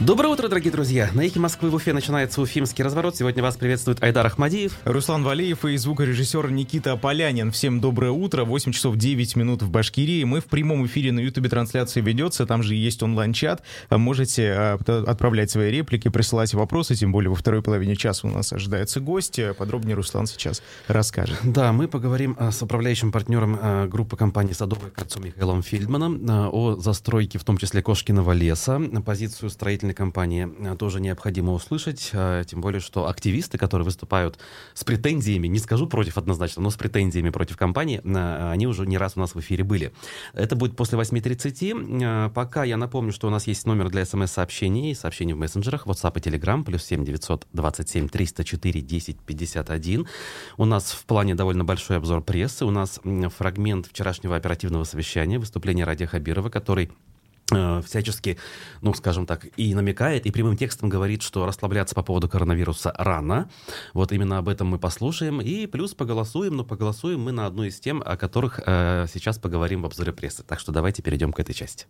Доброе утро, дорогие друзья! На «Эхе Москвы» в Уфе начинается уфимский разворот. Сегодня вас приветствует Айдар Ахмадиев, Руслан Валеев и звукорежиссер Никита Полянин. Всем доброе утро. 8 часов 9 минут в Башкирии. Мы в прямом эфире на Ютубе, трансляция ведется. Там же есть онлайн-чат. Можете отправлять свои реплики, присылать вопросы. Тем более во второй половине часа у нас ожидается гость. Подробнее Руслан сейчас расскажет. Да, мы поговорим с управляющим партнером группы компании «Садовое кольцо» Михаилом Фельдманом о застройке, в том числе Кошкиного леса. Позицию строительной компании тоже необходимо услышать, тем более, что активисты, которые выступают с претензиями, не скажу против однозначно, но с претензиями против компании, они уже не раз у нас в эфире были. Это будет после 8:30. Пока я напомню, что у нас есть номер для смс-сообщений, сообщений в мессенджерах, WhatsApp и Telegram, +7 927 304 10 51. У нас в плане довольно большой обзор прессы, у нас фрагмент вчерашнего оперативного совещания, выступление Радия Хабирова, который всячески, скажем так, и намекает, и прямым текстом говорит, что расслабляться по поводу коронавируса рано. Вот именно об этом мы послушаем. И плюс поголосуем, но поголосуем мы на одну из тем, о которых сейчас поговорим в обзоре прессы. Так что давайте перейдем к этой части.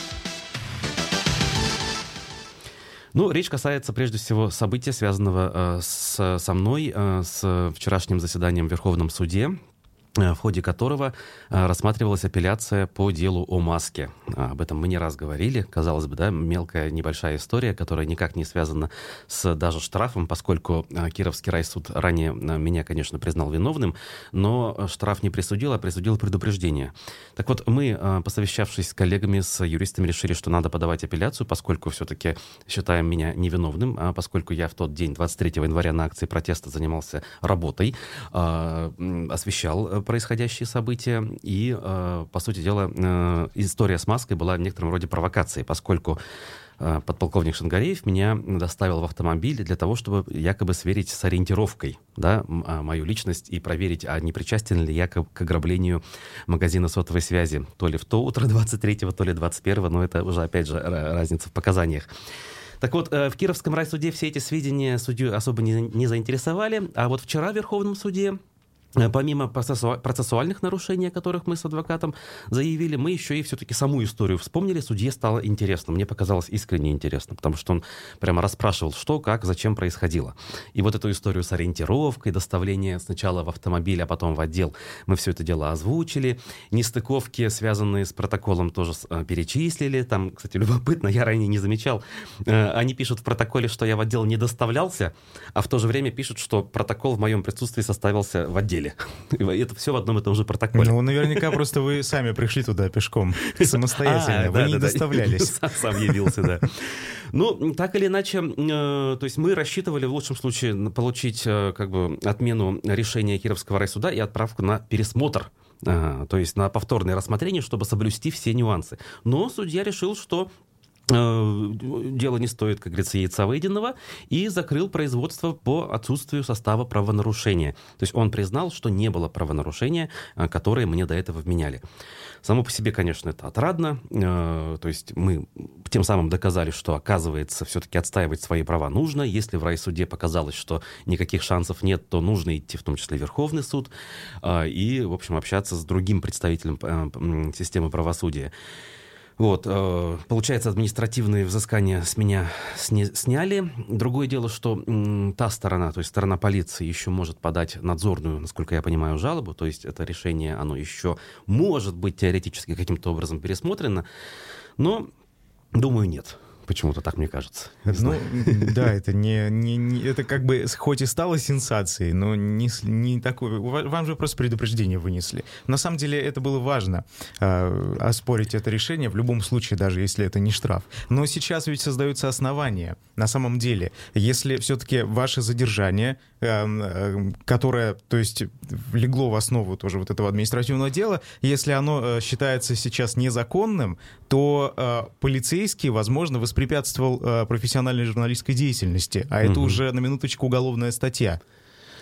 Речь касается прежде всего события, связанного со мной, с вчерашним заседанием в Верховном суде, в ходе которого рассматривалась апелляция по делу о маске. Об этом мы не раз говорили. Казалось бы, да, мелкая небольшая история, которая никак не связана с даже штрафом, поскольку Кировский райсуд ранее меня, конечно, признал виновным, но штраф не присудил, а присудил предупреждение. Так вот, мы, посовещавшись с коллегами, с юристами, решили, что надо подавать апелляцию, поскольку все-таки считаем меня невиновным, поскольку я в тот день, 23 января, на акции протеста занимался работой, освещал происходящие события, и, по сути дела, история с маской была в некотором роде провокацией, поскольку подполковник Шангареев меня доставил в автомобиль для того, чтобы якобы сверить с ориентировкой, да, мою личность и проверить, а не причастен ли я к ограблению магазина сотовой связи. То ли в то утро 23-го, то ли 21-го, но это уже, опять же, разница в показаниях. Так вот, в Кировском райсуде все эти сведения судью особо не заинтересовали, а вот вчера в Верховном суде, помимо процессуальных нарушений, о которых мы с адвокатом заявили, мы еще и все-таки саму историю вспомнили. Судье стало интересно. Мне показалось искренне интересно, потому что он прямо расспрашивал, что, как, зачем происходило. И вот эту историю с ориентировкой, доставление сначала в автомобиль, а потом в отдел, мы все это дело озвучили. Нестыковки, связанные с протоколом, тоже перечислили. Там, кстати, любопытно, я ранее не замечал. Они пишут в протоколе, что я в отдел не доставлялся, а в то же время пишут, что протокол в моем присутствии составился в отделе. Это все в одном и том же протоколе. Наверняка просто вы сами пришли туда пешком самостоятельно. Вы не доставлялись. Сам явился, да. Так или иначе, то есть мы рассчитывали в лучшем случае получить отмену решения Кировского райсуда и отправку на пересмотр, то есть на повторное рассмотрение, чтобы соблюсти все нюансы. Но судья решил, что дело не стоит, как говорится, яйца выеденного, и закрыл производство по отсутствию состава правонарушения. То есть он признал, что не было правонарушения, которое мне до этого вменяли. Само по себе, конечно, это отрадно. То есть мы тем самым доказали, что, оказывается, все-таки отстаивать свои права нужно. Если в райсуде показалось, что никаких шансов нет, то нужно идти в том числе в Верховный суд и, в общем, общаться с другим представителем системы правосудия. Получается, административные взыскания с меня сняли. Другое дело, что та сторона, то есть сторона полиции, еще может подать надзорную, насколько я понимаю, жалобу. То есть это решение, оно еще может быть теоретически каким-то образом пересмотрено. Но, думаю, нет. Почему-то так мне кажется. Да, это это как бы хоть и стало сенсацией, но не такое. Вам же просто предупреждение вынесли. На самом деле это было важно, оспорить это решение в любом случае, даже если это не штраф. Но сейчас ведь создаются основания. На самом деле, если все-таки ваше задержание, которое, то есть, легло в основу тоже вот этого административного дела, если оно считается сейчас незаконным, то полицейский, возможно, воспрепятствовал профессиональной журналистской деятельности, а это уже, на минуточку, уголовная статья.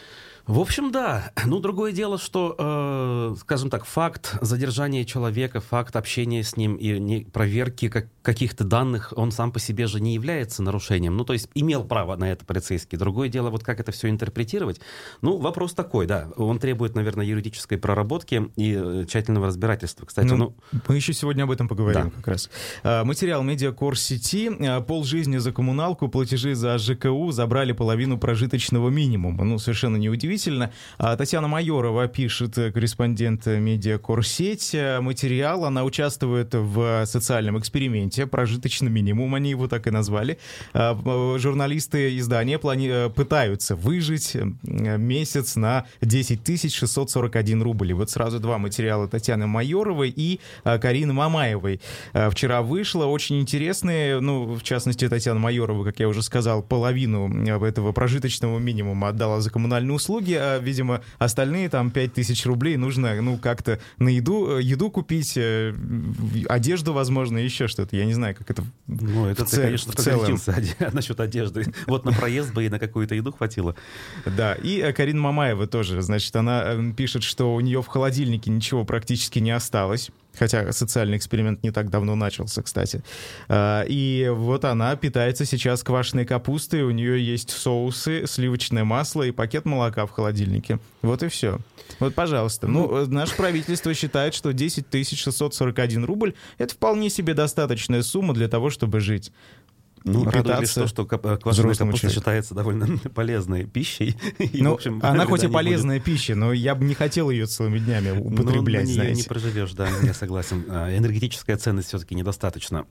В общем, да. Ну, другое дело, что, скажем так, факт задержания человека, факт общения с ним и проверки каких-то данных, он сам по себе же не является нарушением. Ну, то есть имел право на это полицейский. Другое дело, вот как это все интерпретировать. Ну, вопрос такой, да. Он требует, наверное, юридической проработки и тщательного разбирательства. Кстати, мы еще сегодня об этом поговорим, да, как раз. Материал Медиакор сети. Полжизни за коммуналку, платежи за ЖКУ забрали половину прожиточного минимума. Ну, совершенно неудивительно. Татьяна Майорова пишет, корреспондент Медиакор-сеть, материал. Она участвует в социальном эксперименте «Прожиточный минимум», они его так и назвали. Журналисты издания пытаются выжить месяц на 10 641 рубль. И вот сразу два материала Татьяны Майоровой и Карины Мамаевой. Вчера вышло, очень интересные, ну, в частности, Татьяна Майорова, как я уже сказал, половину этого прожиточного минимума отдала за коммунальные услуги, а, видимо, остальные там 5000 рублей нужно, ну, как-то на еду купить, одежду, возможно, еще что-то. Я не знаю, как это ну, это ты, конечно, погорячился насчет одежды. Вот на проезд бы и на какую-то еду хватило. Да, и Карина Мамаева тоже, значит, она пишет, что у нее в холодильнике ничего практически не осталось. Хотя социальный эксперимент не так давно начался, кстати. И вот она питается сейчас квашеной капустой, у нее есть соусы, сливочное масло и пакет молока в холодильнике. Вот и все. Вот, пожалуйста. Ну, наше правительство считает, что 10 641 рубль — это вполне себе достаточная сумма для того, чтобы жить. Ну, радует лишь то, что квашеная капуста считается довольно полезной пищей. И, ну, в общем, она хоть и полезная пища, но я бы не хотел ее целыми днями употреблять, но знаете. Не проживешь, да, я согласен. Энергетическая ценность все-таки недостаточно.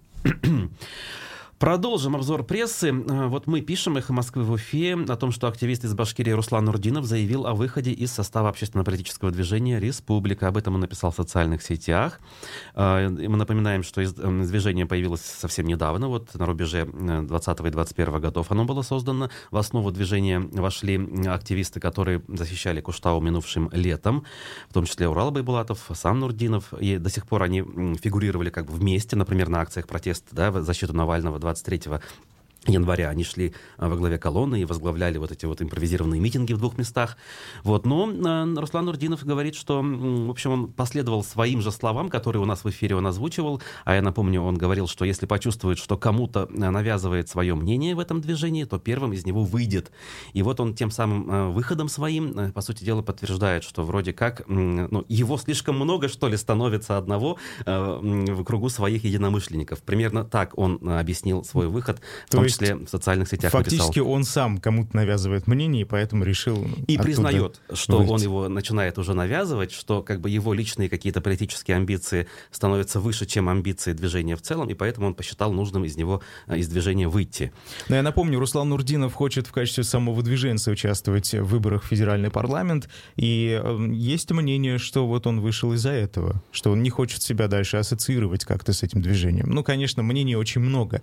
Продолжим обзор прессы. Вот мы пишем, «Эхо Москвы» в Уфе, о том, что активист из Башкирии Руслан Нурдинов заявил о выходе из состава общественно-политического движения «Республика». Об этом он написал в социальных сетях. Мы напоминаем, что движение появилось совсем недавно, вот на рубеже 20 и 21 годов оно было создано. В основу движения вошли активисты, которые защищали Куштау минувшим летом, в том числе Урал Байбулатов, сам Нурдинов. И до сих пор они фигурировали как бы вместе, например, на акциях протеста, да, в защиту Навального 23 января они шли во главе колонны и возглавляли вот эти вот импровизированные митинги в двух местах. Вот. Но Руслан Нурдинов говорит, что, в общем, он последовал своим же словам, которые у нас в эфире он озвучивал. А я напомню, он говорил, что если почувствует, что кому-то навязывает свое мнение в этом движении, то первым из него выйдет. И вот он тем самым выходом своим, по сути дела, подтверждает, что вроде как его слишком много, что ли, становится одного в кругу своих единомышленников. Примерно так он объяснил свой выход, в том числе в социальных сетях фактически написал. Он сам кому-то навязывает мнение, и поэтому решил и признает, что выйти. Он его начинает уже навязывать, что как бы его личные какие-то политические амбиции становятся выше, чем амбиции движения в целом, и поэтому он посчитал нужным из движения выйти. Но я напомню, Руслан Нурдинов хочет в качестве самого движенца участвовать в выборах в федеральный парламент, и есть мнение, что вот он вышел из-за этого, что он не хочет себя дальше ассоциировать как-то с этим движением. Ну, конечно, мнений очень много,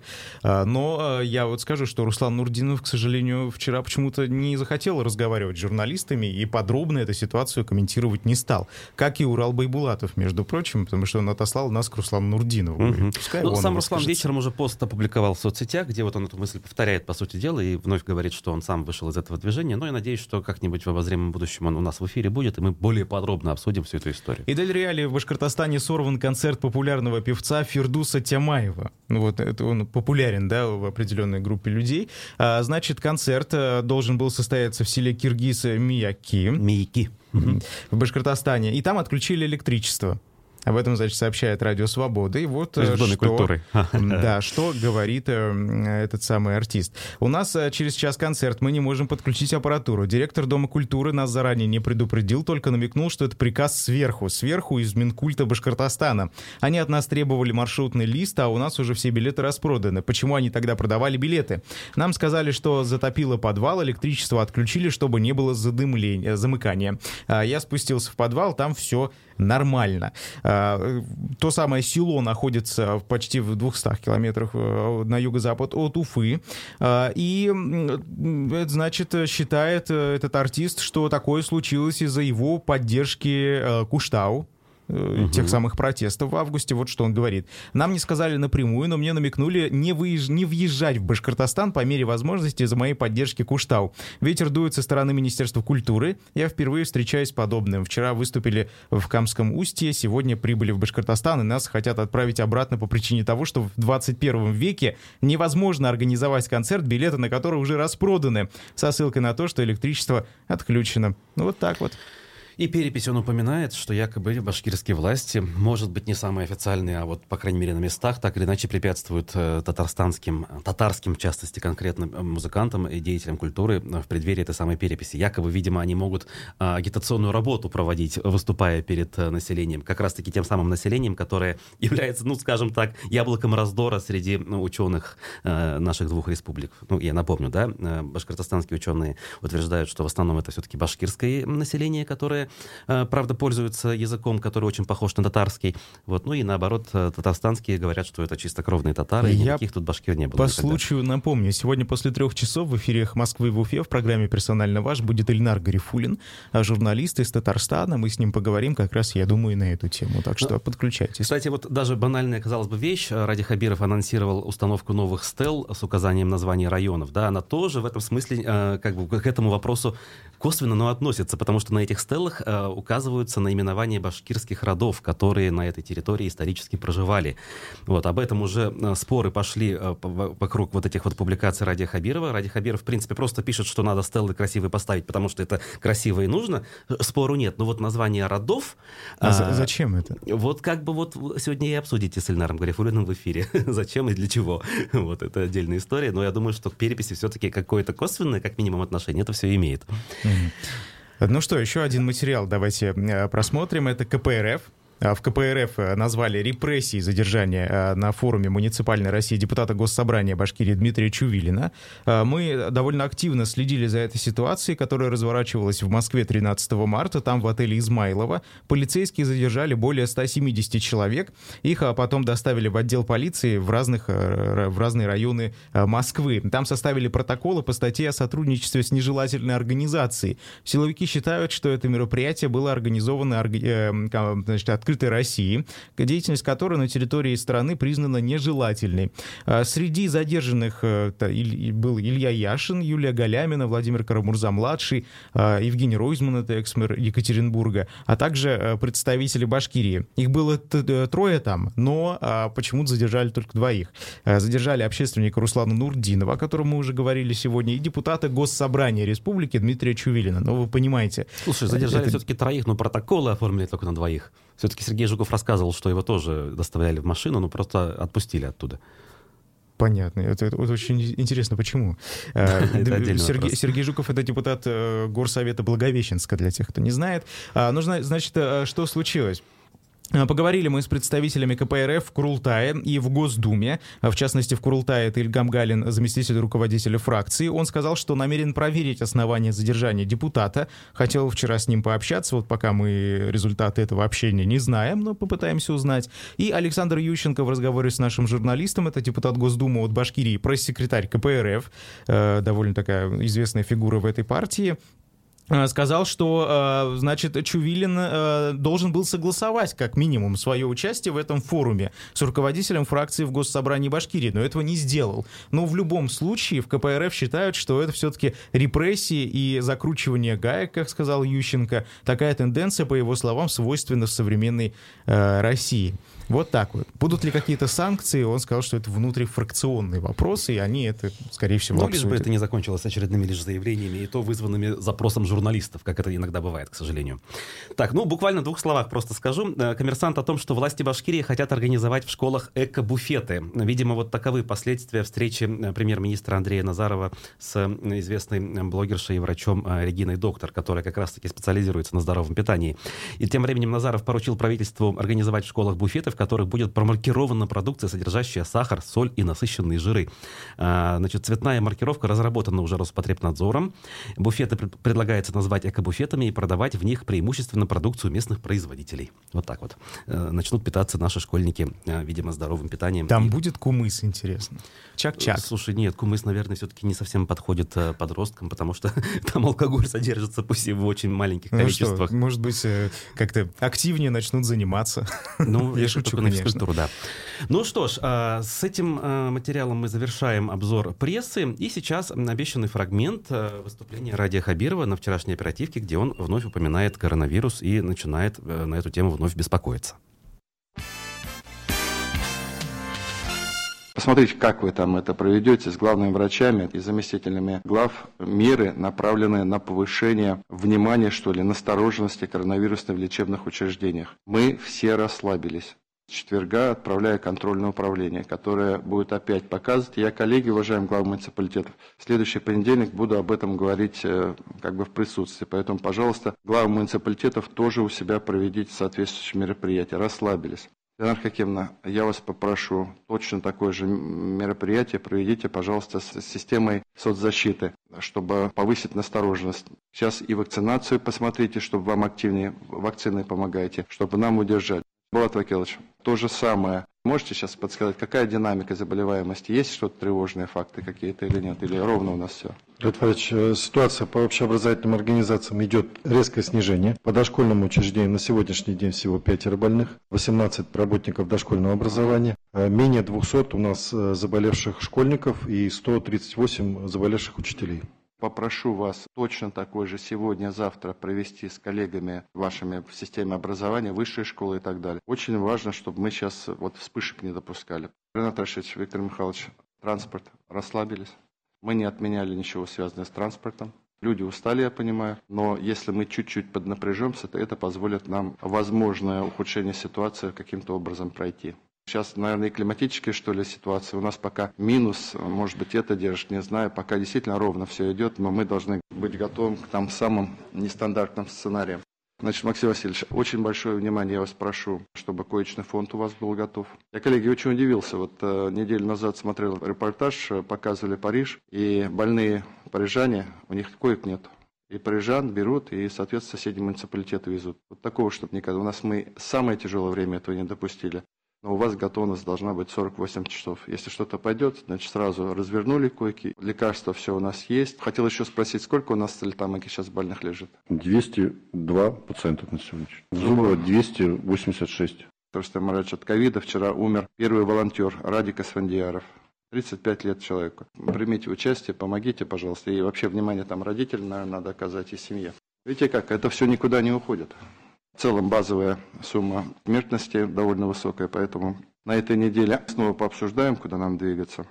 но я вот скажу, что Руслан Нурдинов, к сожалению, вчера почему-то не захотел разговаривать с журналистами и подробно эту ситуацию комментировать не стал. Как и Урал Байбулатов, между прочим, потому что он отослал нас к Руслану Нурдинову. Сам Руслан вечером уже пост опубликовал в соцсетях, где вот он эту мысль повторяет, по сути дела, и вновь говорит, что он сам вышел из этого движения. Но я надеюсь, что как-нибудь в обозримом будущем он у нас в эфире будет, и мы более подробно обсудим всю эту историю. И далее реалии: в Башкортостане сорван концерт популярного певца Фирдуса Тямаева. Вот это он популярен, да, в определенной группе людей. Значит, концерт должен был состояться в селе Киргиз-Мияки в Башкортостане, и там отключили электричество. Об этом, значит, сообщает Радио Свобода. И вот что говорит этот самый артист. У нас через час концерт, мы не можем подключить аппаратуру. Директор Дома культуры нас заранее не предупредил, только намекнул, что это приказ сверху из Минкульта Башкортостана. Они от нас требовали маршрутный лист, а у нас уже все билеты распроданы. Почему они тогда продавали билеты? Нам сказали, что затопило подвал, электричество отключили, чтобы не было замыкания. Я спустился в подвал, там все нормально. То самое село находится почти в 200 километрах на юго-запад от Уфы. И, значит, считает этот артист, что такое случилось из-за его поддержки Куштау. тех самых протестов в августе. Вот что он говорит. «Нам не сказали напрямую, но мне намекнули не въезжать в Башкортостан по мере возможности из-за моей поддержки Куштау. Ветер дует со стороны Министерства культуры. Я впервые встречаюсь с подобным. Вчера выступили в Камском устье, сегодня прибыли в Башкортостан, и нас хотят отправить обратно по причине того, что в 21 веке невозможно организовать концерт, билеты на который уже распроданы», со ссылкой на то, что электричество отключено. Ну вот так вот. И перепись он упоминает, что якобы башкирские власти, может быть, не самые официальные, а вот, по крайней мере, на местах, так или иначе препятствуют татарским, в частности, конкретно музыкантам и деятелям культуры в преддверии этой самой переписи. Якобы, видимо, они могут агитационную работу проводить, выступая перед населением. Как раз-таки тем самым населением, которое является, ну, скажем так, яблоком раздора среди ученых наших двух республик. Ну, я напомню, да, башкортостанские ученые утверждают, что в основном это все-таки башкирское население, которое, правда, пользуются языком, который очень похож на татарский. Вот. Ну и наоборот, татарстанские говорят, что это чистокровные татары, и никаких тут башкир не было. По случаю напомню, сегодня после 3 часов в эфире «Эхо Москвы» в Уфе в программе «Персонально ваш» будет Ильнар Гарифуллин, журналист из Татарстана. Мы с ним поговорим как раз, я думаю, на эту тему. Так что подключайтесь. Кстати, вот даже банальная, казалось бы, вещь. Ради Хабиров анонсировал установку новых стел с указанием названий районов. Да, она тоже в этом смысле как бы к этому вопросу косвенно, но относится, потому что на этих стелах указываются наименования башкирских родов, которые на этой территории исторически проживали. Вот, об этом уже споры пошли вокруг вот этих вот публикаций Ради Хабирова. Ради Хабиров, в принципе, просто пишет, что надо стелы красивые поставить, потому что это красиво и нужно. Спору нет. Но вот название родов... Зачем это? Вот как бы вот сегодня и обсудите с Ильнаром Гарифуллиным в эфире. Зачем и для чего. Вот, это отдельная история. Но я думаю, что к переписи все-таки какое-то косвенное, как минимум, отношение это все имеет. Ну что, еще один материал давайте просмотрим. Это КПРФ. В КПРФ назвали репрессии задержания на форуме «Муниципальной России» депутата Госсобрания Башкирии Дмитрия Чувилина. Мы довольно активно следили за этой ситуацией, которая разворачивалась в Москве 13 марта. Там, в отеле «Измайлово», полицейские задержали более 170 человек. Их потом доставили в отдел полиции в разные районы Москвы. Там составили протоколы по статье о сотрудничестве с нежелательной организацией. Силовики считают, что это мероприятие было организовано открытой России, деятельность которой на территории страны признана нежелательной. Среди задержанных был Илья Яшин, Юлия Галямина, Владимир Карамурза-младший, Евгений Ройзман, это экс-мэр Екатеринбурга, а также представители Башкирии. Их было 3 там, но почему-то задержали только 2. Задержали общественника Руслана Нурдинова, о котором мы уже говорили сегодня, и депутата Госсобрания Республики Дмитрия Чувилина. Но вы понимаете... Слушай, задержали все-таки 3, но протоколы оформили только на 2. Все-таки Сергей Жуков рассказывал, что его тоже доставляли в машину, но просто отпустили оттуда. Понятно. Это очень интересно, почему. Сергей Жуков — это депутат Горсовета Благовещенска, для тех, кто не знает. Значит, что случилось? Поговорили мы с представителями КПРФ в Курултае и в Госдуме. В частности, в Курултае это Ильгам Галин, заместитель руководителя фракции. Он сказал, что намерен проверить основания задержания депутата. Хотел вчера с ним пообщаться. Вот пока мы результаты этого общения не знаем, но попытаемся узнать. И Александр Ющенко в разговоре с нашим журналистом, это депутат Госдумы от Башкирии, пресс-секретарь КПРФ, довольно такая известная фигура в этой партии, сказал, что, значит, Чувилин должен был согласовать, как минимум, свое участие в этом форуме с руководителем фракции в Госсобрании Башкирии, но этого не сделал. Но в любом случае в КПРФ считают, что это все-таки репрессии и закручивание гаек, как сказал Ющенко. Такая тенденция, по его словам, свойственна в современной России. Вот так вот. Будут ли какие-то санкции? Он сказал, что это внутрифракционные вопросы, и они это, скорее всего, обсудят. Лишь бы это не закончилось очередными лишь заявлениями, и то вызванными запросом журналистов, как это иногда бывает, к сожалению. Так, буквально в 2 словах просто скажу. «Коммерсант» о том, что власти Башкирии хотят организовать в школах эко-буфеты. Видимо, вот таковы последствия встречи премьер-министра Андрея Назарова с известной блогершей и врачом Региной Доктор, которая как раз-таки специализируется на здоровом питании. И тем временем Назаров поручил правительству организовать в школах буфеты, в которых будет промаркирована продукция, содержащая сахар, соль и насыщенные жиры. Значит, цветная маркировка разработана уже Роспотребнадзором. Буфеты предлагается назвать экобуфетами и продавать в них преимущественно продукцию местных производителей. Вот так вот. Начнут питаться наши школьники, видимо, здоровым питанием. Там будет кумыс, интересно. Чак-чак. Слушай, нет, кумыс, наверное, все-таки не совсем подходит подросткам, потому что там алкоголь содержится, пусть и в очень маленьких количествах. Что, может быть, как-то активнее начнут заниматься. Ну, я шучу, на физкультуру, да. Ну что ж, с этим материалом мы завершаем обзор прессы. И сейчас обещанный фрагмент выступления Радия Хабирова на вчерашней оперативке, где он вновь упоминает коронавирус и начинает на эту тему вновь беспокоиться. Посмотрите, как вы там это проведете с главными врачами и заместителями глав. Меры, направленные на повышение внимания, настороженности коронавирусной в лечебных учреждениях. Мы все расслабились. С четверга отправляю контрольное управление, которое будет опять показывать. Я, коллеги, уважаемые главы муниципалитетов, в следующий понедельник буду об этом говорить в присутствии. Поэтому, пожалуйста, главы муниципалитетов тоже у себя проведите соответствующие мероприятия. Расслабились. Леонард Хакимовна, я вас попрошу, точно такое же мероприятие проведите, пожалуйста, с системой соцзащиты, чтобы повысить настороженность. Сейчас и вакцинацию посмотрите, чтобы вам активнее вакциной помогаете, чтобы нам удержать. Булат Вакилович, то же самое. Можете сейчас подсказать, какая динамика заболеваемости? Есть что-то тревожные факты какие-то или нет? Или ровно у нас все? Леонид Ильич, ситуация по общеобразовательным организациям идет резкое снижение. По дошкольным учреждениям на сегодняшний день всего 5 больных, 18 работников дошкольного образования, менее 200 у нас заболевших школьников и 138 заболевших учителей. Попрошу вас точно такой же сегодня-завтра провести с коллегами вашими в системе образования, высшей школы и так далее. Очень важно, чтобы мы сейчас вспышек не допускали. Ренат Рашидович, Виктор Михайлович, транспорт, расслабились. Мы не отменяли ничего, связанное с транспортом. Люди устали, я понимаю, но если мы чуть-чуть поднапряжемся, то это позволит нам возможное ухудшение ситуации каким-то образом пройти. Сейчас, наверное, и климатические, ситуации. У нас пока минус, может быть, это держит, не знаю. Пока действительно ровно все идет, но мы должны быть готовы к самым нестандартным сценариям. Значит, Максим Васильевич, очень большое внимание я вас прошу, чтобы коечный фонд у вас был готов. Я, коллеги, очень удивился. Неделю назад смотрел репортаж, показывали Париж, и больные парижане, у них коек нет. И парижан берут, и, соответственно, соседние муниципалитеты везут. Такого, чтобы никогда. У нас мы самое тяжелое время этого не допустили. Но у вас готовность должна быть 48 часов. Если что-то пойдет, значит, сразу развернули койки. Лекарства все у нас есть. Хотел еще спросить, сколько у нас в Столитамаке сейчас больных лежит? 202 пациента на сегодня. В Зубово 286. Рустам Маратович, от ковида вчера умер первый волонтер Радик Асфандияров. 35 лет человеку. Примите участие, помогите, пожалуйста. И вообще, внимание, родителям, наверное, надо оказать и семье. Видите как, это все никуда не уходит. В целом базовая сумма смертности довольно высокая, поэтому на этой неделе снова пообсуждаем, куда нам двигаться.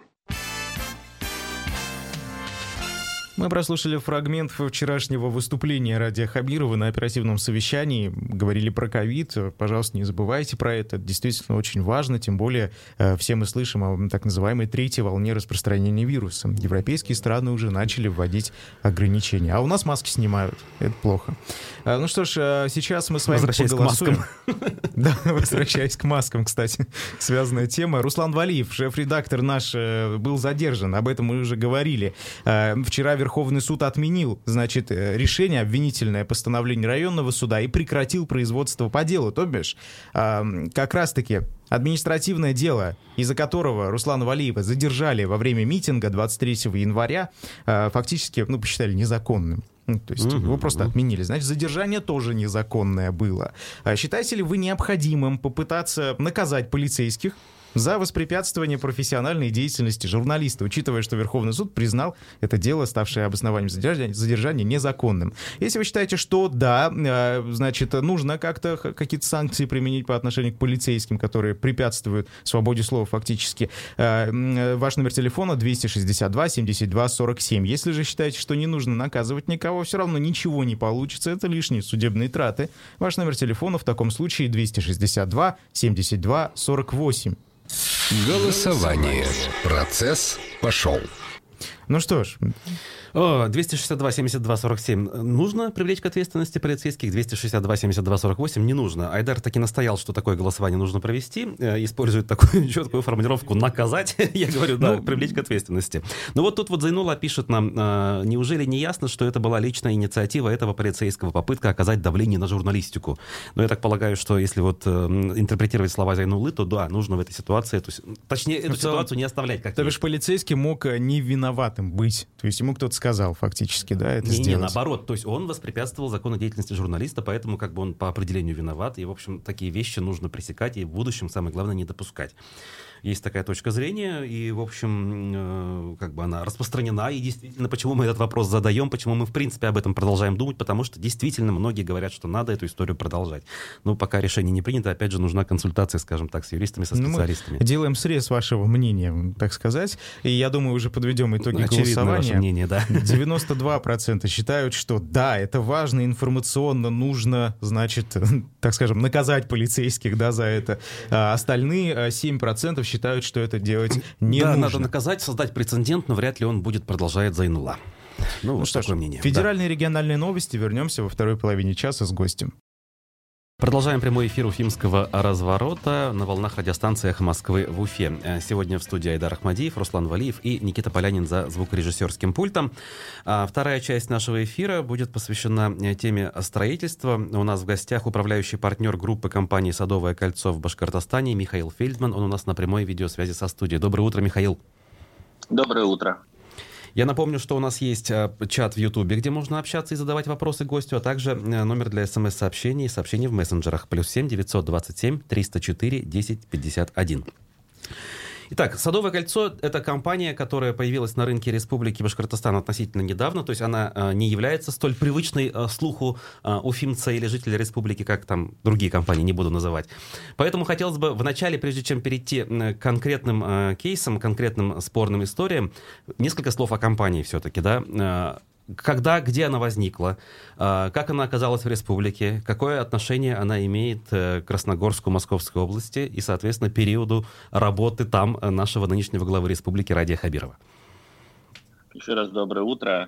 Мы прослушали фрагмент вчерашнего выступления Радия Хабирова на оперативном совещании. Говорили про ковид. Пожалуйста, не забывайте про это. Это действительно очень важно. Тем более все мы слышим о так называемой третьей волне распространения вируса. Европейские страны уже начали вводить ограничения. А у нас маски снимают. Это плохо. Ну что ж, сейчас мы с вами поголосуем. Да, возвращаясь к маскам, кстати, связанная тема. Руслан Валиев, шеф-редактор наш, был задержан. Об этом мы уже говорили. Вчера Верховный суд отменил, решение, обвинительное постановление районного суда и прекратил производство по делу. То бишь, как раз-таки административное дело, из-за которого Руслана Валиева задержали во время митинга 23 января, фактически, посчитали незаконным. То есть его просто отменили. Значит, задержание тоже незаконное было. Считаете ли вы необходимым попытаться наказать полицейских за воспрепятствование профессиональной деятельности журналиста, учитывая, что Верховный суд признал это дело, ставшее обоснованием задержания, незаконным? Если вы считаете, что да, значит, нужно как-то какие-то санкции применить по отношению к полицейским, которые препятствуют свободе слова фактически, ваш номер телефона 262-72-47. Если же считаете, что не нужно наказывать никого, все равно ничего не получится, это лишние судебные траты. Ваш номер телефона в таком случае 262-72-48. Голосование. Процесс пошел. Ну что ж. 262-72-47 нужно привлечь к ответственности полицейских, 262-72-48 не нужно. Айдар таки настоял, что такое голосование нужно провести, использует такую четкую формулировку «наказать». Я говорю, да, привлечь к ответственности. Но вот тут вот Зайнула пишет нам, неужели не ясно, что это была личная инициатива этого полицейского, попытка оказать давление на журналистику? Но я так полагаю, что если вот интерпретировать слова Зайнулы, то да, нужно в этой ситуации, точнее, эту ситуацию не оставлять как-то. То бишь полицейский мог не виноватым быть. То есть ему кто-то сказал фактически, да, это сделать. Не, наоборот. То есть он воспрепятствовал законной деятельности журналиста, поэтому как бы он по определению виноват. И, в общем, такие вещи нужно пресекать и в будущем, самое главное, не допускать. Есть такая точка зрения, и, в общем, как бы она распространена. И действительно, почему мы этот вопрос задаем, почему мы, в принципе, об этом продолжаем думать, потому что действительно многие говорят, что надо эту историю продолжать. Но пока решение не принято, опять же, нужна консультация, скажем так, с юристами, со специалистами. Мы делаем срез вашего мнения, так сказать, и я думаю, уже подведем итоги голосования. Ваше мнение, да. 92% считают, что да, это важно, информационно нужно, значит, так скажем, наказать полицейских, да, за это. А остальные 7% считают, что это делать не нужно. Да, надо наказать, создать прецедент, но вряд ли он будет продолжать Зайнула. Ну вот такое мнение. Федеральные и региональные новости. Вернемся во второй половине часа с гостем. Продолжаем прямой эфир Уфимского разворота на волнах радиостанции «Эхо Москвы» в Уфе. Сегодня в студии Айдар Ахмадиев, Руслан Валиев и Никита Полянин за звукорежиссерским пультом. Вторая часть нашего эфира будет посвящена теме строительства. У нас в гостях управляющий партнер группы компании «Садовое кольцо» в Башкортостане Михаил Фельдман. Он у нас на прямой видеосвязи со студией. Доброе утро, Михаил. Доброе утро. Я напомню, что у нас есть чат в Ютубе, где можно общаться и задавать вопросы гостю, а также номер для смс-сообщений и сообщений в мессенджерах +7 927 304 10 51. Итак, «Садовое кольцо» — это компания, которая появилась на рынке Республики Башкортостан относительно недавно, то есть она не является столь привычной слуху уфимца или жителя республики, как там другие компании, не буду называть. Поэтому хотелось бы вначале, прежде чем перейти к конкретным кейсам, конкретным спорным историям, несколько слов о компании все-таки, да. Когда, где она возникла, как она оказалась в республике, какое отношение она имеет к Красногорску Московской области и, соответственно, периоду работы там нашего нынешнего главы республики Радия Хабирова. Еще раз доброе утро.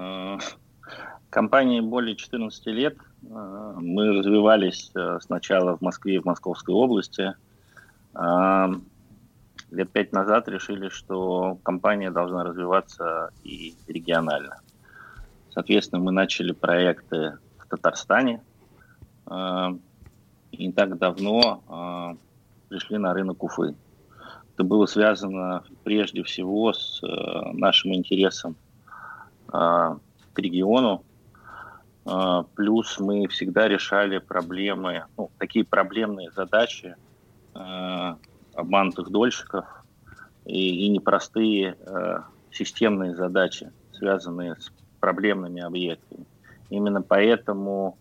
Компании более 14 лет. Мы развивались сначала в Москве и в Московской области. Лет 5 назад решили, что компания должна развиваться и регионально. Соответственно, мы начали проекты в Татарстане. И не так давно пришли на рынок Уфы. Это было связано прежде всего с нашим интересом к региону. Плюс мы всегда решали проблемы, такие проблемные задачи обманутых дольщиков и непростые системные задачи, связанные с проблемными объектами. Именно поэтому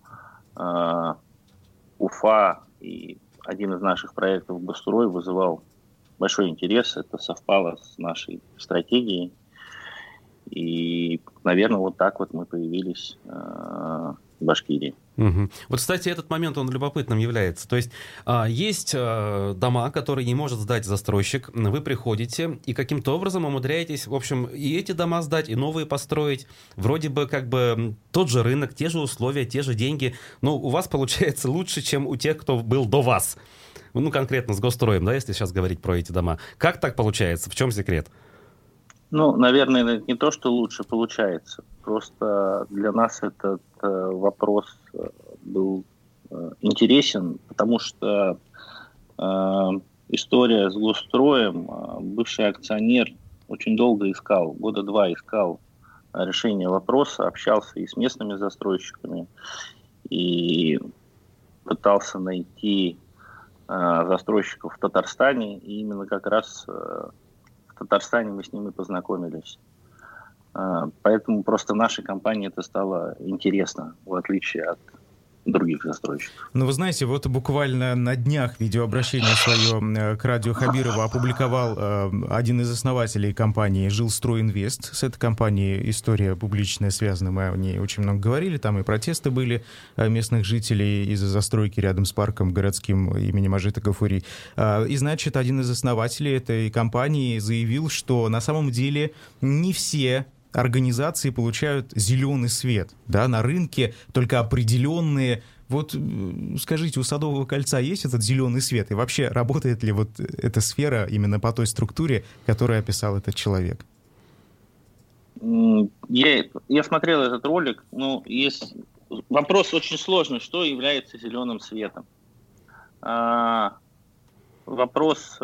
Уфа и один из наших проектов «Госстрой» вызывал большой интерес. Это совпало с нашей стратегией. И, наверное, вот так вот мы появились в Башкирии. Угу. Вот, кстати, этот момент, он любопытным является. То есть есть дома, которые не может сдать застройщик, вы приходите и каким-то образом умудряетесь, в общем, и эти дома сдать, и новые построить. Вроде бы как бы тот же рынок, те же условия, те же деньги, но у вас получается лучше, чем у тех, кто был до вас. Ну, конкретно с Госстроем, да, если сейчас говорить про эти дома. Как так получается? В чем секрет? Ну, наверное, не то, что лучше получается. Просто для нас этот вопрос был интересен, потому что история с Госстроем, бывший акционер очень долго искал, года 2 искал решение вопроса, общался и с местными застройщиками, и пытался найти застройщиков в Татарстане, и именно как раз в Татарстане мы с ними познакомились. Поэтому просто нашей компании это стало интересно, в отличие от других застройщиков. Ну, вы знаете, вот буквально на днях видеообращение свое к радио Хабирова опубликовал один из основателей компании «Жилстройинвест». С этой компанией история публичная связана, мы о ней очень много говорили, там и протесты были местных жителей из-за застройки рядом с парком городским имени Мажита Гафури. И, значит, один из основателей этой компании заявил, что на самом деле не все организации получают зеленый свет, да, на рынке только определенные. Вот скажите, у Садового кольца есть этот зеленый свет? И вообще работает ли вот эта сфера именно по той структуре, которую описал этот человек? Я смотрел этот ролик, но есть вопрос очень сложный, что является зеленым светом. Вопрос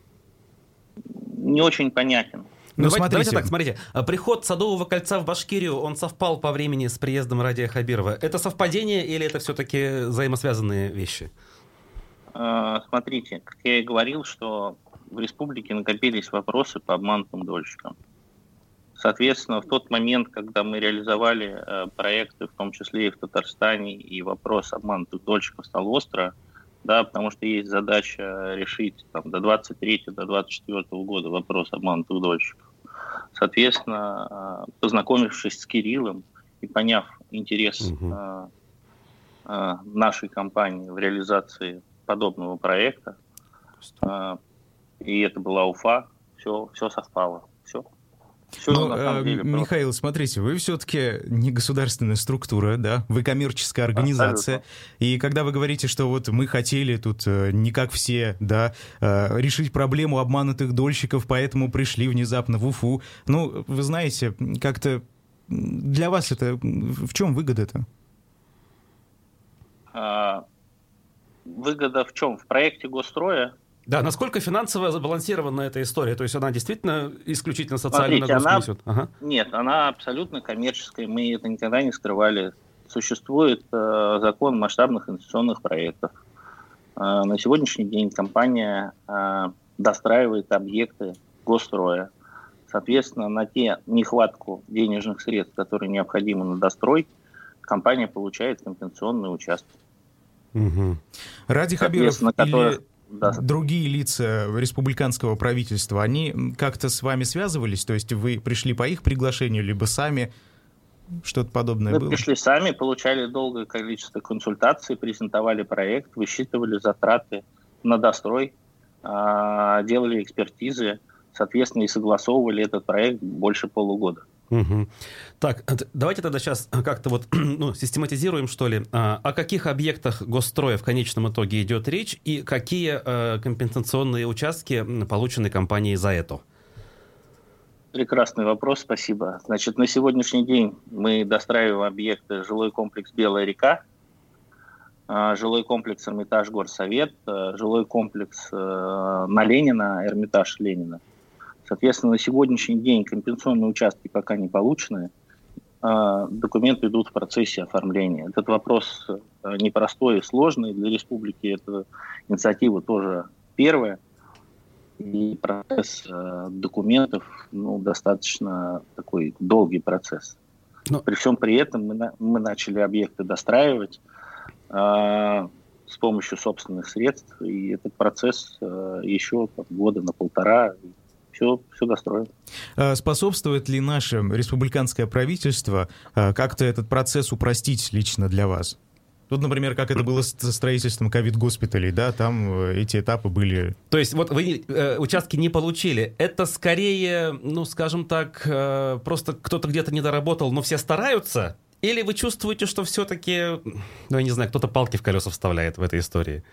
не очень понятен. Ну, давайте так, смотрите. Приход Садового кольца в Башкирию, он совпал по времени с приездом Радия Хабирова. Это совпадение или это все-таки взаимосвязанные вещи? Смотрите, как я и говорил, что в республике накопились вопросы по обманутым дольщикам. Соответственно, в тот момент, когда мы реализовали проекты, в том числе и в Татарстане, и вопрос обманутых дольщиков стал остро, да, потому что есть задача решить там, до 23-24 года вопрос обманутых дольщиков. Соответственно, познакомившись с Кириллом и поняв интерес нашей компании в реализации подобного проекта, и это была Уфа, все совпало. Михаил, смотрите, вы все-таки не государственная структура, да, вы коммерческая организация, абсолютно. И когда вы говорите, что вот мы хотели тут не как все, да, решить проблему обманутых дольщиков, поэтому пришли внезапно в Уфу, ну, вы знаете, как-то для вас это, в чем выгода-то? Выгода в чем? В проекте Госстроя? Да, насколько финансово забалансирована эта история? То есть она действительно исключительно социальную нагрузку несет? Нет, она абсолютно коммерческая, мы это никогда не скрывали. Существует закон масштабных инвестиционных проектов. На сегодняшний день компания достраивает объекты Госстроя. Соответственно, на те нехватку денежных средств, которые необходимы на дострой, компания получает компенсационные участки. Радий Хабиров или другие лица республиканского правительства, они как-то с вами связывались? То есть вы пришли по их приглашению, либо сами? Что-то подобное было? Мы пришли сами, получали долгое количество консультаций, презентовали проект, высчитывали затраты на дострой, делали экспертизы, соответственно, и согласовывали этот проект больше полугода. Так, давайте тогда сейчас как-то вот систематизируем, что ли, о каких объектах Госстроя в конечном итоге идет речь и какие компенсационные участки получены компанией за это? Прекрасный вопрос, спасибо. Значит, на сегодняшний день мы достраиваем объекты жилой комплекс «Белая река», жилой комплекс «Эрмитаж Горсовет», жилой комплекс на Ленина, «Эрмитаж Ленина». Соответственно, на сегодняшний день компенсационные участки пока не получены, документы идут в процессе оформления. Этот вопрос непростой и сложный для республики, эта инициатива тоже первая, и процесс документов достаточно такой долгий процесс. При всем при этом мы начали объекты достраивать с помощью собственных средств, и этот процесс еще года на полтора. Все достроено. Способствует ли наше республиканское правительство как-то этот процесс упростить лично для вас? Тут, например, как это было с строительством ковид-госпиталей, да, там эти этапы были... То есть вот вы участки не получили. Это скорее, скажем так, просто кто-то где-то не доработал, но все стараются? Или вы чувствуете, что все-таки, я не знаю, кто-то палки в колеса вставляет в этой истории?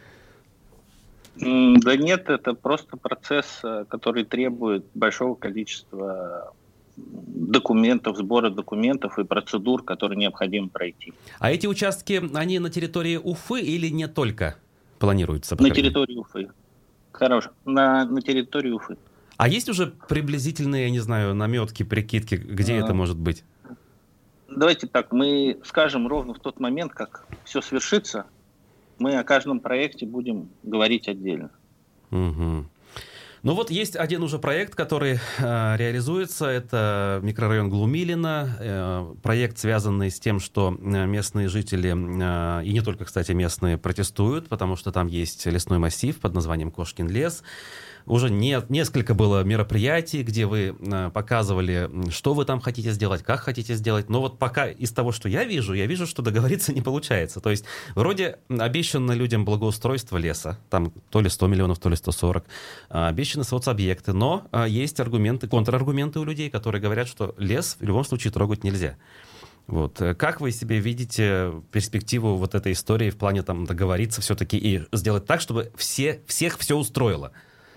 Да нет, это просто процесс, который требует большого количества документов, сбора документов и процедур, которые необходимо пройти. А эти участки, они на территории Уфы или не только планируются? На территории Уфы. На территории Уфы. А есть уже приблизительные, я не знаю, наметки, прикидки, где это может быть? Давайте так, мы скажем ровно в тот момент, как все свершится, мы о каждом проекте будем говорить отдельно. Ну вот есть один уже проект, который реализуется, это микрорайон Глумилино, проект, связанный с тем, что местные жители, и не только, кстати, местные, протестуют, потому что там есть лесной массив под названием Кошкин лес. Уже несколько было мероприятий, где вы показывали, что вы там хотите сделать, как хотите сделать. Но вот пока из того, что я вижу, что договориться не получается. То есть вроде обещано людям благоустройство леса, там то ли 100 миллионов, то ли 140, обещаны соцобъекты, но есть аргументы, контраргументы у людей, которые говорят, что лес в любом случае трогать нельзя. Вот. Как вы себе видите перспективу вот этой истории в плане там договориться все-таки и сделать так, чтобы всех все устроило?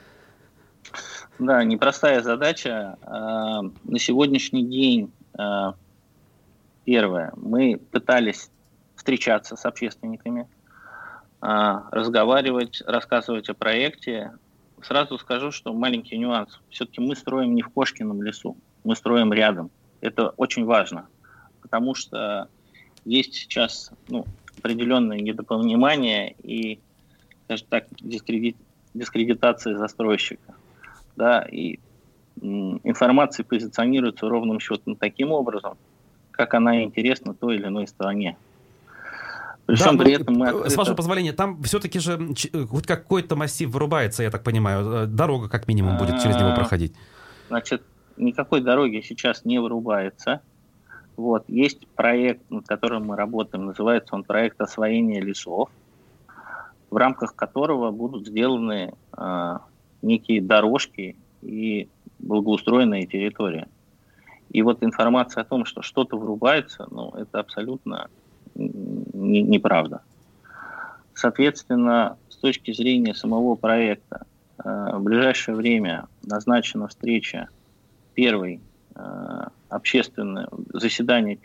Да, непростая задача. На сегодняшний день, первое, мы пытались встречаться с общественниками, разговаривать, рассказывать о проекте. Сразу скажу, что маленький нюанс. Все-таки мы строим не в Кошкином лесу, мы строим рядом. Это очень важно, потому что есть сейчас определенное недопонимание и, скажем так, дискредитация застройщика. Да, и информация позиционируется ровным счетом таким образом, как она интересна той или иной стороне. Причем при этом мы открыто... С вашего позволения, там все-таки же хоть какой-то массив вырубается, я так понимаю, дорога как минимум будет через него проходить. Значит, никакой дороги сейчас не вырубается. Вот, есть проект, над которым мы работаем, называется он проект освоения лесов, в рамках которого будут сделаны некие дорожки и благоустроенная территория. И вот информация о том, что что-то вырубается, это абсолютно неправда. Соответственно, с точки зрения самого проекта, в ближайшее время назначена встреча первой общественное заседание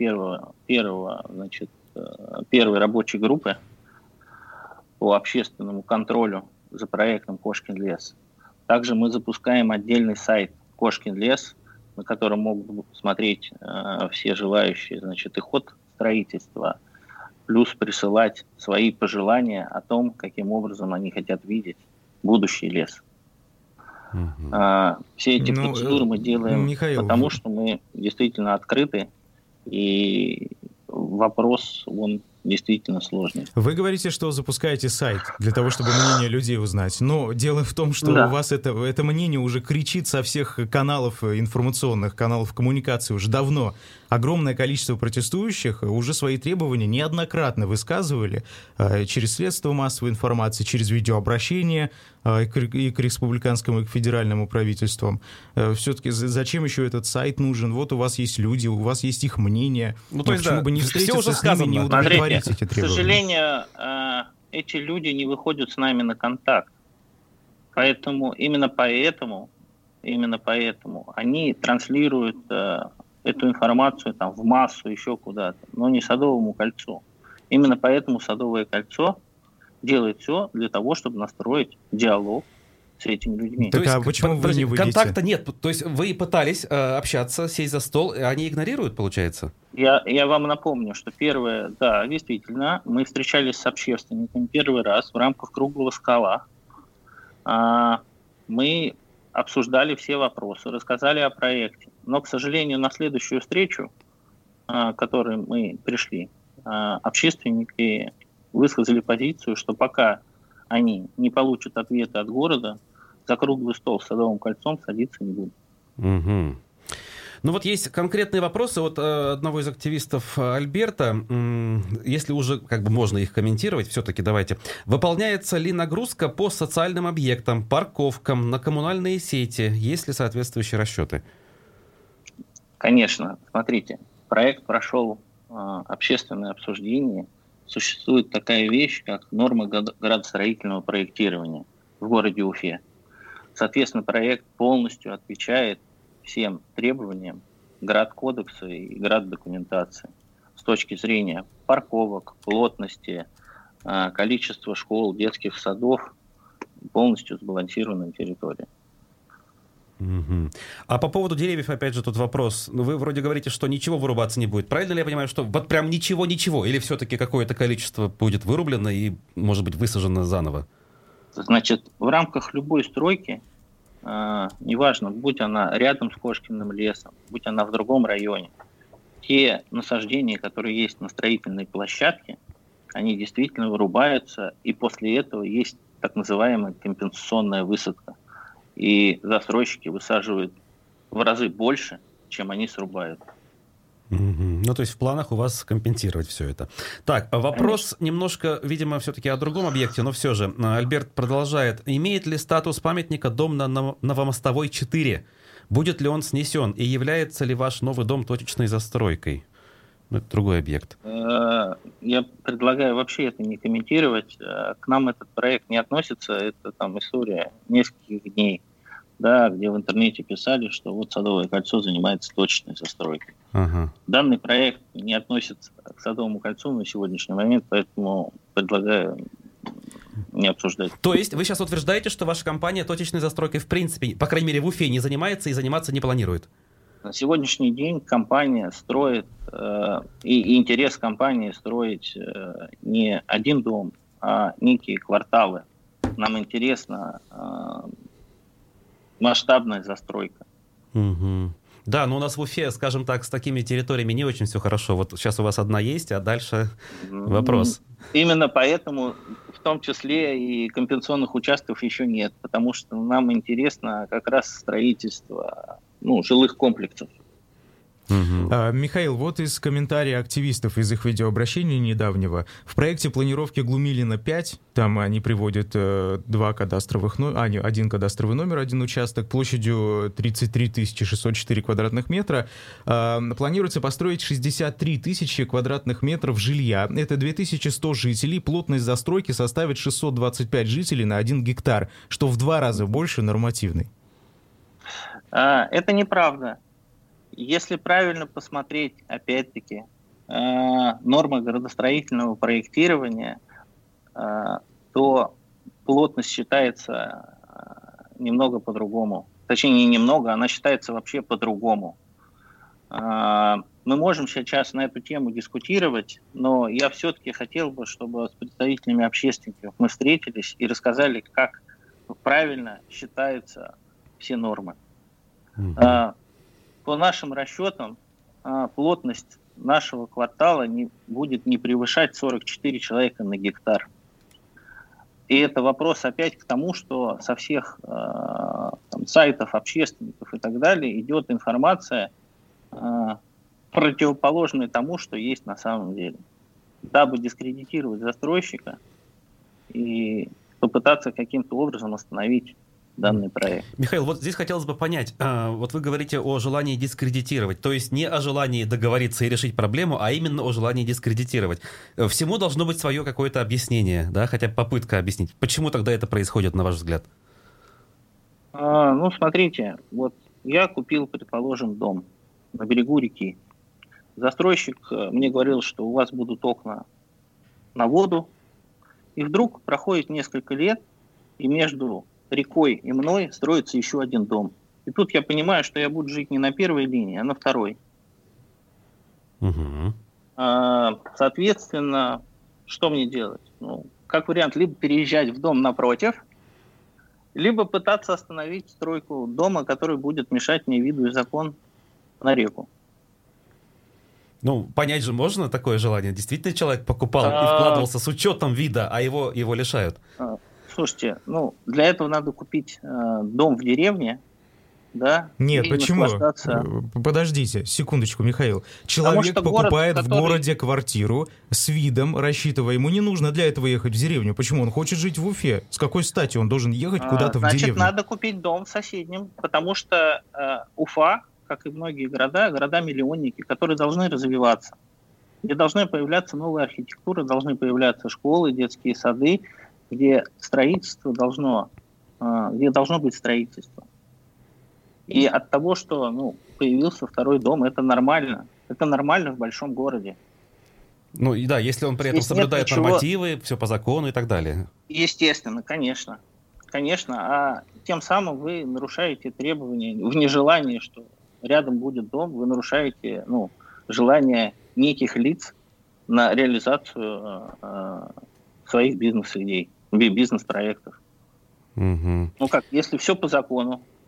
первой рабочей группы по общественному контролю за проектом Кошкин лес. Также мы запускаем отдельный сайт Кошкин лес, на котором могут смотреть все желающие, и ход строительства, плюс присылать свои пожелания о том, каким образом они хотят видеть будущий лес. Все эти процедуры мы делаем, Михаил, потому что мы действительно открыты, и вопрос, он действительно сложный. Вы говорите, что запускаете сайт для того, чтобы мнение людей узнать. Но дело в том, что у вас это мнение уже кричит со всех каналов информационных, каналов коммуникации уже давно. Огромное количество протестующих уже свои требования неоднократно высказывали через средства массовой информации, через видеообращения и к республиканскому, и к федеральному правительствам. Все-таки зачем еще этот сайт нужен? Вот у вас есть люди, у вас есть их мнение. То есть, почему бы не встретиться с ними, не удовлетворить эти требования? К сожалению, эти люди не выходят с нами на контакт. Именно поэтому они транслируют эту информацию в массу, еще куда-то, но не Садовому кольцу. Именно поэтому Садовое кольцо делает все для того, чтобы настроить диалог с этими людьми. Так, а почему вы не выйдете? Контакта нет. То есть вы пытались общаться, сесть за стол, и они игнорируют, получается? Я вам напомню, что первое, да, действительно, мы встречались с общественниками первый раз в рамках круглого стола. Мы обсуждали все вопросы, рассказали о проекте. Но, к сожалению, на следующую встречу, к которой мы пришли, общественники высказали позицию, что пока они не получат ответа от города, за круглый стол с Садовым кольцом садиться не будут. Угу. Вот есть конкретные вопросы от одного из активистов Альберта. Если уже можно их комментировать, все-таки давайте. Выполняется ли нагрузка по социальным объектам, парковкам, на коммунальные сети? Есть ли соответствующие расчеты? Конечно. Смотрите, проект прошел общественное обсуждение. Существует такая вещь, как норма градостроительного проектирования в городе Уфе. Соответственно, проект полностью отвечает всем требованиям градкодекса и граддокументации с точки зрения парковок, плотности, количества школ, детских садов, полностью сбалансированная территория. Угу. А по поводу деревьев, опять же, тут вопрос. Вы вроде говорите, что ничего вырубаться не будет. Правильно ли я понимаю, что вот прям ничего? Или все-таки какое-то количество будет вырублено и, может быть, высажено заново? Значит, в рамках любой стройки неважно, будь она рядом с Кошкиным лесом, будь она в другом районе, те насаждения, которые есть на строительной площадке, они действительно вырубаются, и после этого есть так называемая компенсационная высадка. И застройщики высаживают в разы больше, чем они срубают. Ну, то есть в планах у вас компенсировать все это. Так, вопрос немножко, видимо, все-таки о другом объекте, но все же. Альберт продолжает. Имеет ли статус памятника дом на Новомостовой 4? Будет ли он снесен? И является ли ваш новый дом точечной застройкой? Ну, это другой объект. Я предлагаю вообще это не комментировать. К нам этот проект не относится. Это там история нескольких дней, да, где в интернете писали, что вот Садовое кольцо занимается точечной застройкой. Ага. Данный проект не относится к Садовому кольцу на сегодняшний момент, поэтому предлагаю не обсуждать. То есть вы сейчас утверждаете, что ваша компания точечной застройкой в принципе, по крайней мере в Уфе, не занимается и заниматься не планирует? На сегодняшний день компания строит, и интерес компании строить не один дом, а некие кварталы. Нам интересна масштабная застройка. Угу. Да, но у нас в Уфе, скажем так, с такими территориями не очень все хорошо. Вот сейчас у вас одна есть, а дальше вопрос. Именно поэтому в том числе и компенсационных участков еще нет, потому что нам интересно как раз строительство жилых комплексов. Михаил, вот из комментария активистов из их видеообращения недавнего. В проекте планировки Глумилина 5, там они приводят один кадастровый номер, один участок площадью 33 604 квадратных метра. Планируется построить 63 тысячи квадратных метров жилья. Это 2100 жителей. Плотность застройки составит 625 жителей на 1 гектар, что в 2 раза больше нормативной. Это неправда. Если правильно посмотреть, опять-таки, нормы градостроительного проектирования, то плотность считается немного по-другому. Точнее, не немного, она считается вообще по-другому. Мы можем сейчас на эту тему дискутировать, но я все-таки хотел бы, чтобы с представителями общественников мы встретились и рассказали, как правильно считаются все нормы. По нашим расчетам, плотность нашего квартала будет не превышать 44 человека на гектар. И это вопрос опять к тому, что со всех сайтов общественников и так далее идет информация, противоположная тому, что есть на самом деле. Дабы дискредитировать застройщика и попытаться каким-то образом остановить данный проект. Михаил, вот здесь хотелось бы понять, вот вы говорите о желании дискредитировать, то есть не о желании договориться и решить проблему, а именно о желании дискредитировать. Всему должно быть свое какое-то объяснение, да, хотя бы попытка объяснить. Почему тогда это происходит, на ваш взгляд? Смотрите, вот я купил, предположим, дом на берегу реки. Застройщик мне говорил, что у вас будут окна на воду, и вдруг проходит несколько лет, и между рекой и мной строится еще один дом. И тут я понимаю, что я буду жить не на первой линии, а на второй. Угу. Соответственно, что мне делать? Как вариант, либо переезжать в дом напротив, либо пытаться остановить стройку дома, который будет мешать мне виду и закон на реку. Понять же можно такое желание. Действительно человек покупал и вкладывался с учетом вида, а его лишают. Слушайте, для этого надо купить дом в деревне, да? Нет, почему? Подождите, секундочку, Михаил. Человек покупает в городе квартиру с видом, рассчитывая, ему не нужно для этого ехать в деревню. Почему? Он хочет жить в Уфе. С какой стати он должен ехать куда-то в деревню? Значит, надо купить дом в соседнем, потому что Уфа, как и многие города-миллионники, которые должны развиваться. Где должны появляться новые архитектуры, должны появляться школы, детские сады, где где должно быть строительство. И от того, что появился второй дом, это нормально. Это нормально в большом городе. И да, если он при этом соблюдает нормативы, все по закону и так далее. Естественно, конечно. Конечно, а тем самым вы нарушаете требования в нежелании, что рядом будет дом, вы нарушаете желание неких лиц на реализацию своих бизнес-идей, бизнес-проектов. Угу. Если все по закону,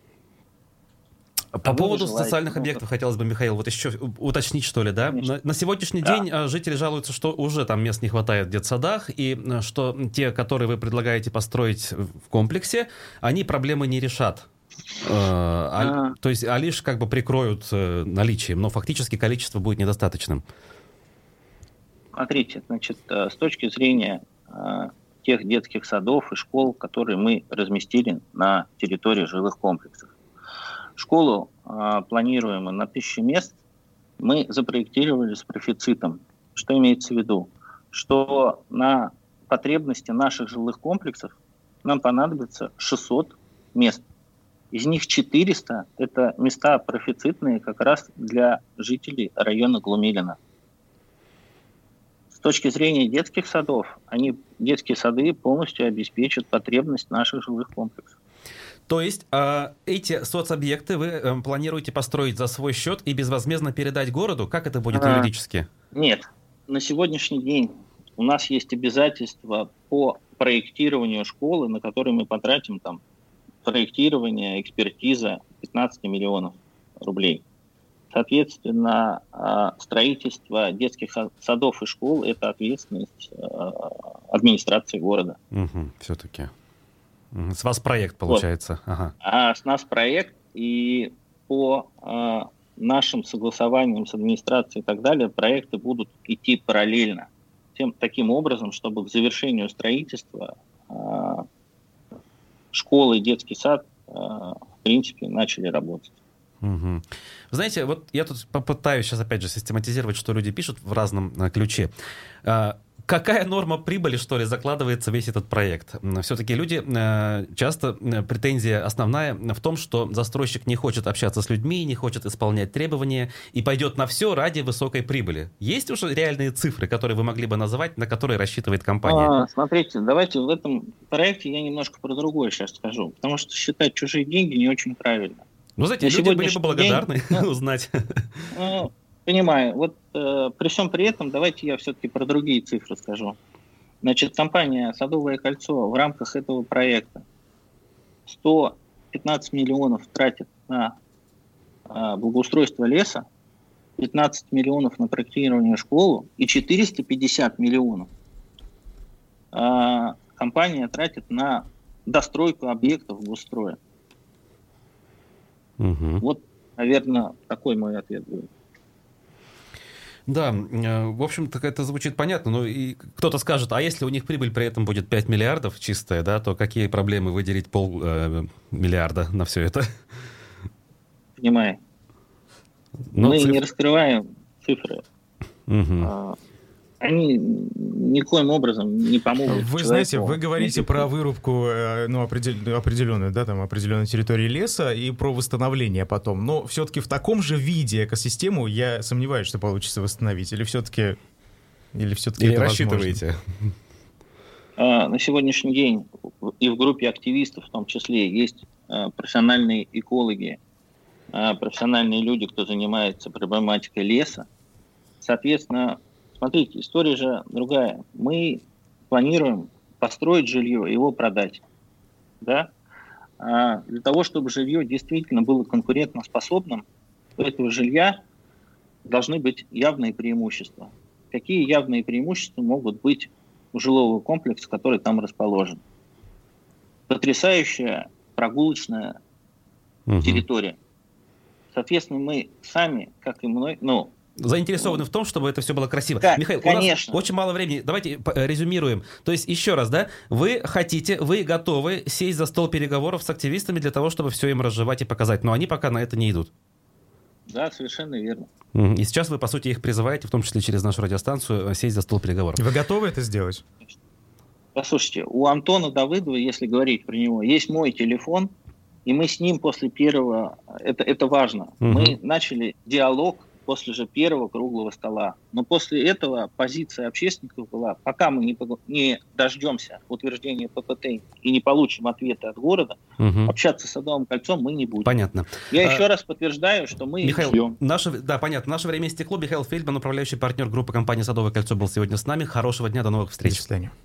По поводу социальных объектов хотелось бы, Михаил, вот еще уточнить, что ли, да? На сегодняшний день жители жалуются, что уже там мест не хватает в детсадах, и что те, которые вы предлагаете построить в комплексе, они проблемы не решат. То есть, лишь как бы прикроют наличием, но фактически количество будет недостаточным. Смотрите, значит, с точки зрения тех детских садов и школ, которые мы разместили на территории жилых комплексов. Школу планируемую на 1000 мест мы запроектировали с профицитом. Что имеется в виду? Что на потребности наших жилых комплексов нам понадобится 600 мест. Из них 400 – это места профицитные как раз для жителей района Глумилино. С точки зрения детских садов, детские сады полностью обеспечат потребность наших жилых комплексов. То есть эти соцобъекты вы планируете построить за свой счет и безвозмездно передать городу? Как это будет юридически? Нет. На сегодняшний день у нас есть обязательства по проектированию школы, на которые мы потратим там проектирование, экспертиза 15 миллионов рублей. Соответственно, строительство детских садов и школ – это ответственность администрации города. Все-таки. С вас проект, получается. Вот. Ага. А с нас проект, и по нашим согласованиям с администрацией и так далее, проекты будут идти параллельно. Таким образом, чтобы к завершению строительства школа и детский сад, в принципе, начали работать. Вы знаете, вот я тут попытаюсь сейчас опять же систематизировать, что люди пишут в разном ключе. Какая норма прибыли, что ли, закладывается весь этот проект? Все-таки люди часто, претензия основная в том, что застройщик не хочет общаться с людьми, не хочет исполнять требования и пойдет на все ради высокой прибыли. Есть уже реальные цифры, которые вы могли бы называть, на которые рассчитывает компания? Смотрите, давайте в этом проекте я немножко про другое сейчас скажу, потому что считать чужие деньги не очень правильно. Ну, знаете, люди были бы благодарны узнать. Понимаю. Вот при всем при этом давайте я все-таки про другие цифры скажу. Значит, компания «Садовое кольцо» в рамках этого проекта 115 миллионов тратит на благоустройство леса, 15 миллионов на проектирование школы и 450 миллионов компания тратит на достройку объектов госстроя. Вот, наверное, такой мой ответ будет. Да, в общем-то, это звучит понятно, но и кто-то скажет, а если у них прибыль при этом будет 5 миллиардов чистая, да, то какие проблемы выделить полмиллиарда на все это? Понимаю. Мы не раскрываем цифры. Они никоим образом не помогут. Вы знаете, вы говорите про вырубку определенную, да, там, определенной территории леса и про восстановление потом. Но все-таки в таком же виде экосистему я сомневаюсь, что получится восстановить. Или все-таки это рассчитываете? На сегодняшний день и в группе активистов в том числе есть профессиональные экологи, профессиональные люди, кто занимается проблематикой леса. Соответственно, смотрите, история же другая. Мы планируем построить жилье, его продать. Да? Для того, чтобы жилье действительно было конкурентоспособным, у этого жилья должны быть явные преимущества. Какие явные преимущества могут быть у жилого комплекса, который там расположен? Потрясающая прогулочная территория. Соответственно, мы сами, как и мной, заинтересованы в том, чтобы это все было красиво. Да, Михаил, конечно. У нас очень мало времени. Давайте резюмируем. То есть, еще раз, да, вы готовы сесть за стол переговоров с активистами для того, чтобы все им разжевать и показать, но они пока на это не идут. Да, совершенно верно. И сейчас вы, по сути, их призываете, в том числе через нашу радиостанцию, сесть за стол переговоров. Вы готовы это сделать? Послушайте, у Антона Давыдова, если говорить про него, есть мой телефон, и мы с ним после первого, это важно, мы начали диалог после же первого круглого стола. Но после этого позиция общественников была, пока мы не дождемся утверждения ППТ и не получим ответы от города, общаться с Садовым кольцом мы не будем. Понятно. Я еще раз подтверждаю, что мы ждем. Понятно. Наше время истекло. Михаил Фельдман, управляющий партнер группы компании «Садовое кольцо», был сегодня с нами. Хорошего дня, до новых встреч. До свидания.